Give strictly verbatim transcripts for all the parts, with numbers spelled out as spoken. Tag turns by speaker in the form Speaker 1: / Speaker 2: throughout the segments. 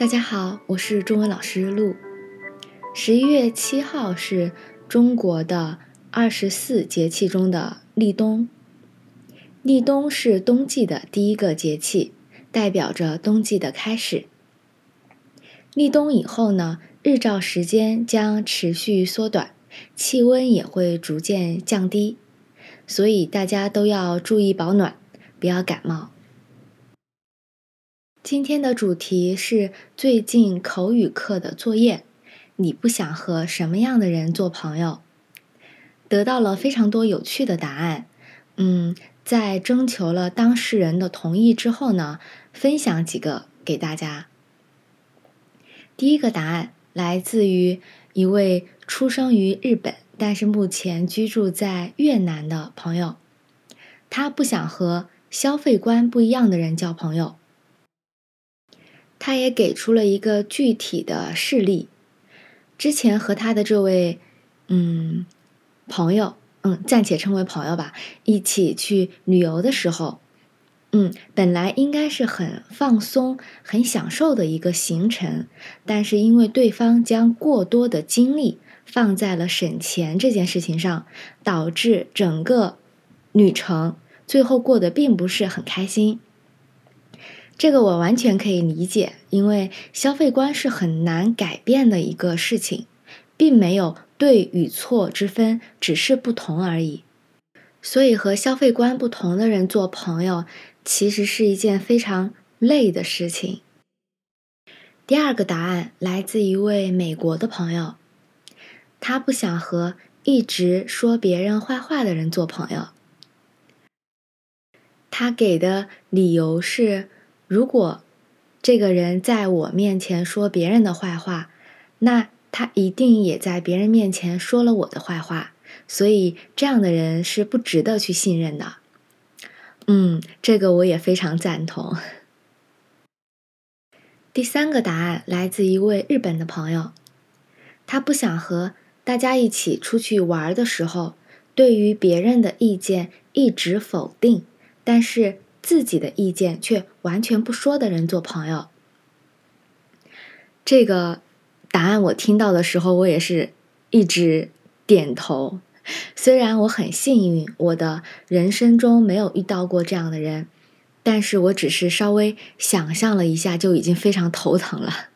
Speaker 1: 大家好，我是中文老师陆。十一月七号是中国的二十四节气中的立冬。立冬是冬季的第一个节气，代表着冬季的开始。立冬以后呢，日照时间将持续缩短，气温也会逐渐降低，所以大家都要注意保暖，不要感冒。今天的主题是最近口语课的作业，你不想和什么样的人做朋友？得到了非常多有趣的答案。嗯，在征求了当事人的同意之后呢，分享几个给大家。第一个答案来自于一位出生于日本，但是目前居住在越南的朋友。他不想和消费观不一样的人交朋友。他也给出了一个具体的事例。之前和他的这位嗯朋友，嗯暂且称为朋友吧，一起去旅游的时候，嗯本来应该是很放松、很享受的一个行程，但是因为对方将过多的精力放在了省钱这件事情上，导致整个旅程最后过得并不是很开心。这个我完全可以理解，因为消费观是很难改变的一个事情，并没有对与错之分，只是不同而已。所以和消费观不同的人做朋友，其实是一件非常累的事情。第二个答案来自一位美国的朋友，他不想和一直说别人坏话的人做朋友。他给的理由是，如果这个人在我面前说别人的坏话，那他一定也在别人面前说了我的坏话，所以这样的人是不值得去信任的。嗯，这个我也非常赞同。第三个答案来自一位日本的朋友，他不想和大家一起出去玩的时候，对于别人的意见一直否定，但是自己的意见却完全不说的人做朋友。这个答案我听到的时候，我也是一直点头。虽然我很幸运，我的人生中没有遇到过这样的人，但是我只是稍微想象了一下，就已经非常头疼了。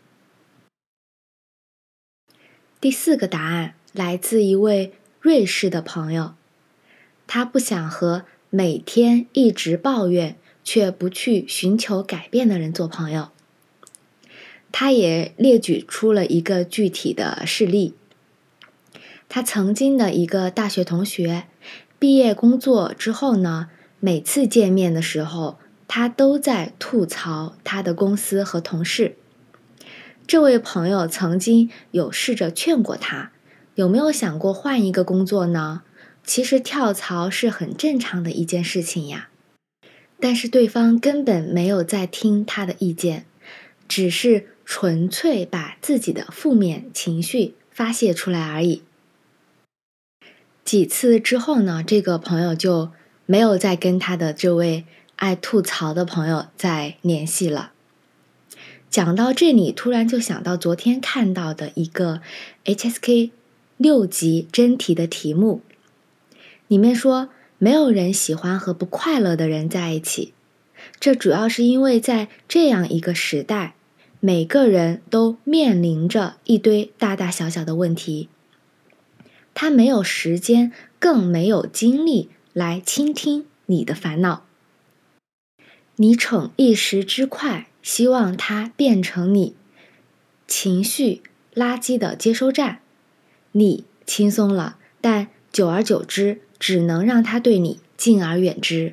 Speaker 1: 第四个答案来自一位瑞士的朋友，他不想和每天一直抱怨却不去寻求改变的人做朋友。他也列举出了一个具体的事例。他曾经的一个大学同学，毕业工作之后呢，每次见面的时候，他都在吐槽他的公司和同事。这位朋友曾经有试着劝过他，有没有想过换一个工作呢？其实跳槽是很正常的一件事情呀。但是对方根本没有在听他的意见，只是纯粹把自己的负面情绪发泄出来而已。几次之后呢，这个朋友就没有再跟他的这位爱吐槽的朋友再联系了。讲到这里，突然就想到昨天看到的一个 H S K 六级真题的题目，里面说没有人喜欢和不快乐的人在一起，这主要是因为在这样一个时代，每个人都面临着一堆大大小小的问题，他没有时间，更没有精力来倾听你的烦恼。你逞一时之快，希望它变成你情绪垃圾的接收站，你轻松了，但久而久之，只能让它对你敬而远之。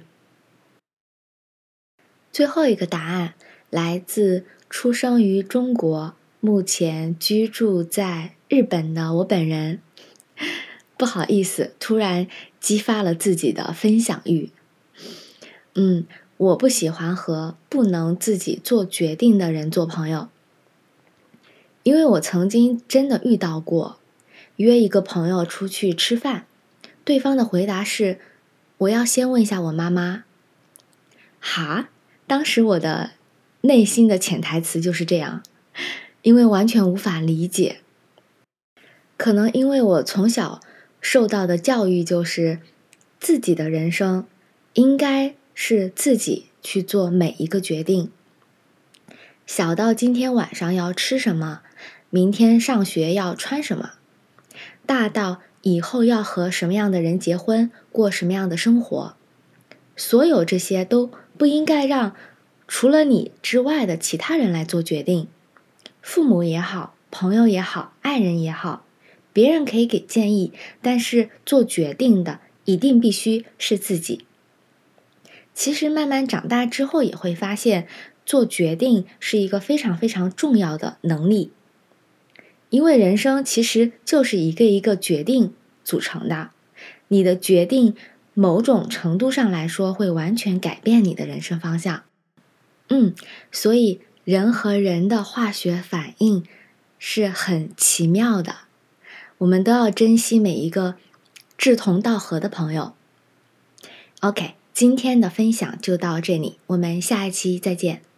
Speaker 1: 最后一个答案来自出生于中国，目前居住在日本的我本人。不好意思，突然激发了自己的分享欲。嗯，我不喜欢和不能自己做决定的人做朋友，因为我曾经真的遇到过，约一个朋友出去吃饭，对方的回答是，我要先问一下我妈妈。哈，当时我的内心的潜台词就是这样， 因为完全无法理解。可能因为我从小受到的教育就是自己的人生应该是自己去做每一个决定，小到今天晚上要吃什么，明天上学要穿什么，大到以后要和什么样的人结婚，过什么样的生活，所有这些都不应该让除了你之外的其他人来做决定。父母也好，朋友也好，爱人也好，别人可以给建议，但是做决定的一定必须是自己。其实慢慢长大之后也会发现，做决定是一个非常非常重要的能力。因为人生其实就是一个一个决定组成的，你的决定某种程度上来说会完全改变你的人生方向。嗯，所以人和人的化学反应是很奇妙的，我们都要珍惜每一个志同道合的朋友。OK， 今天的分享就到这里，我们下一期再见。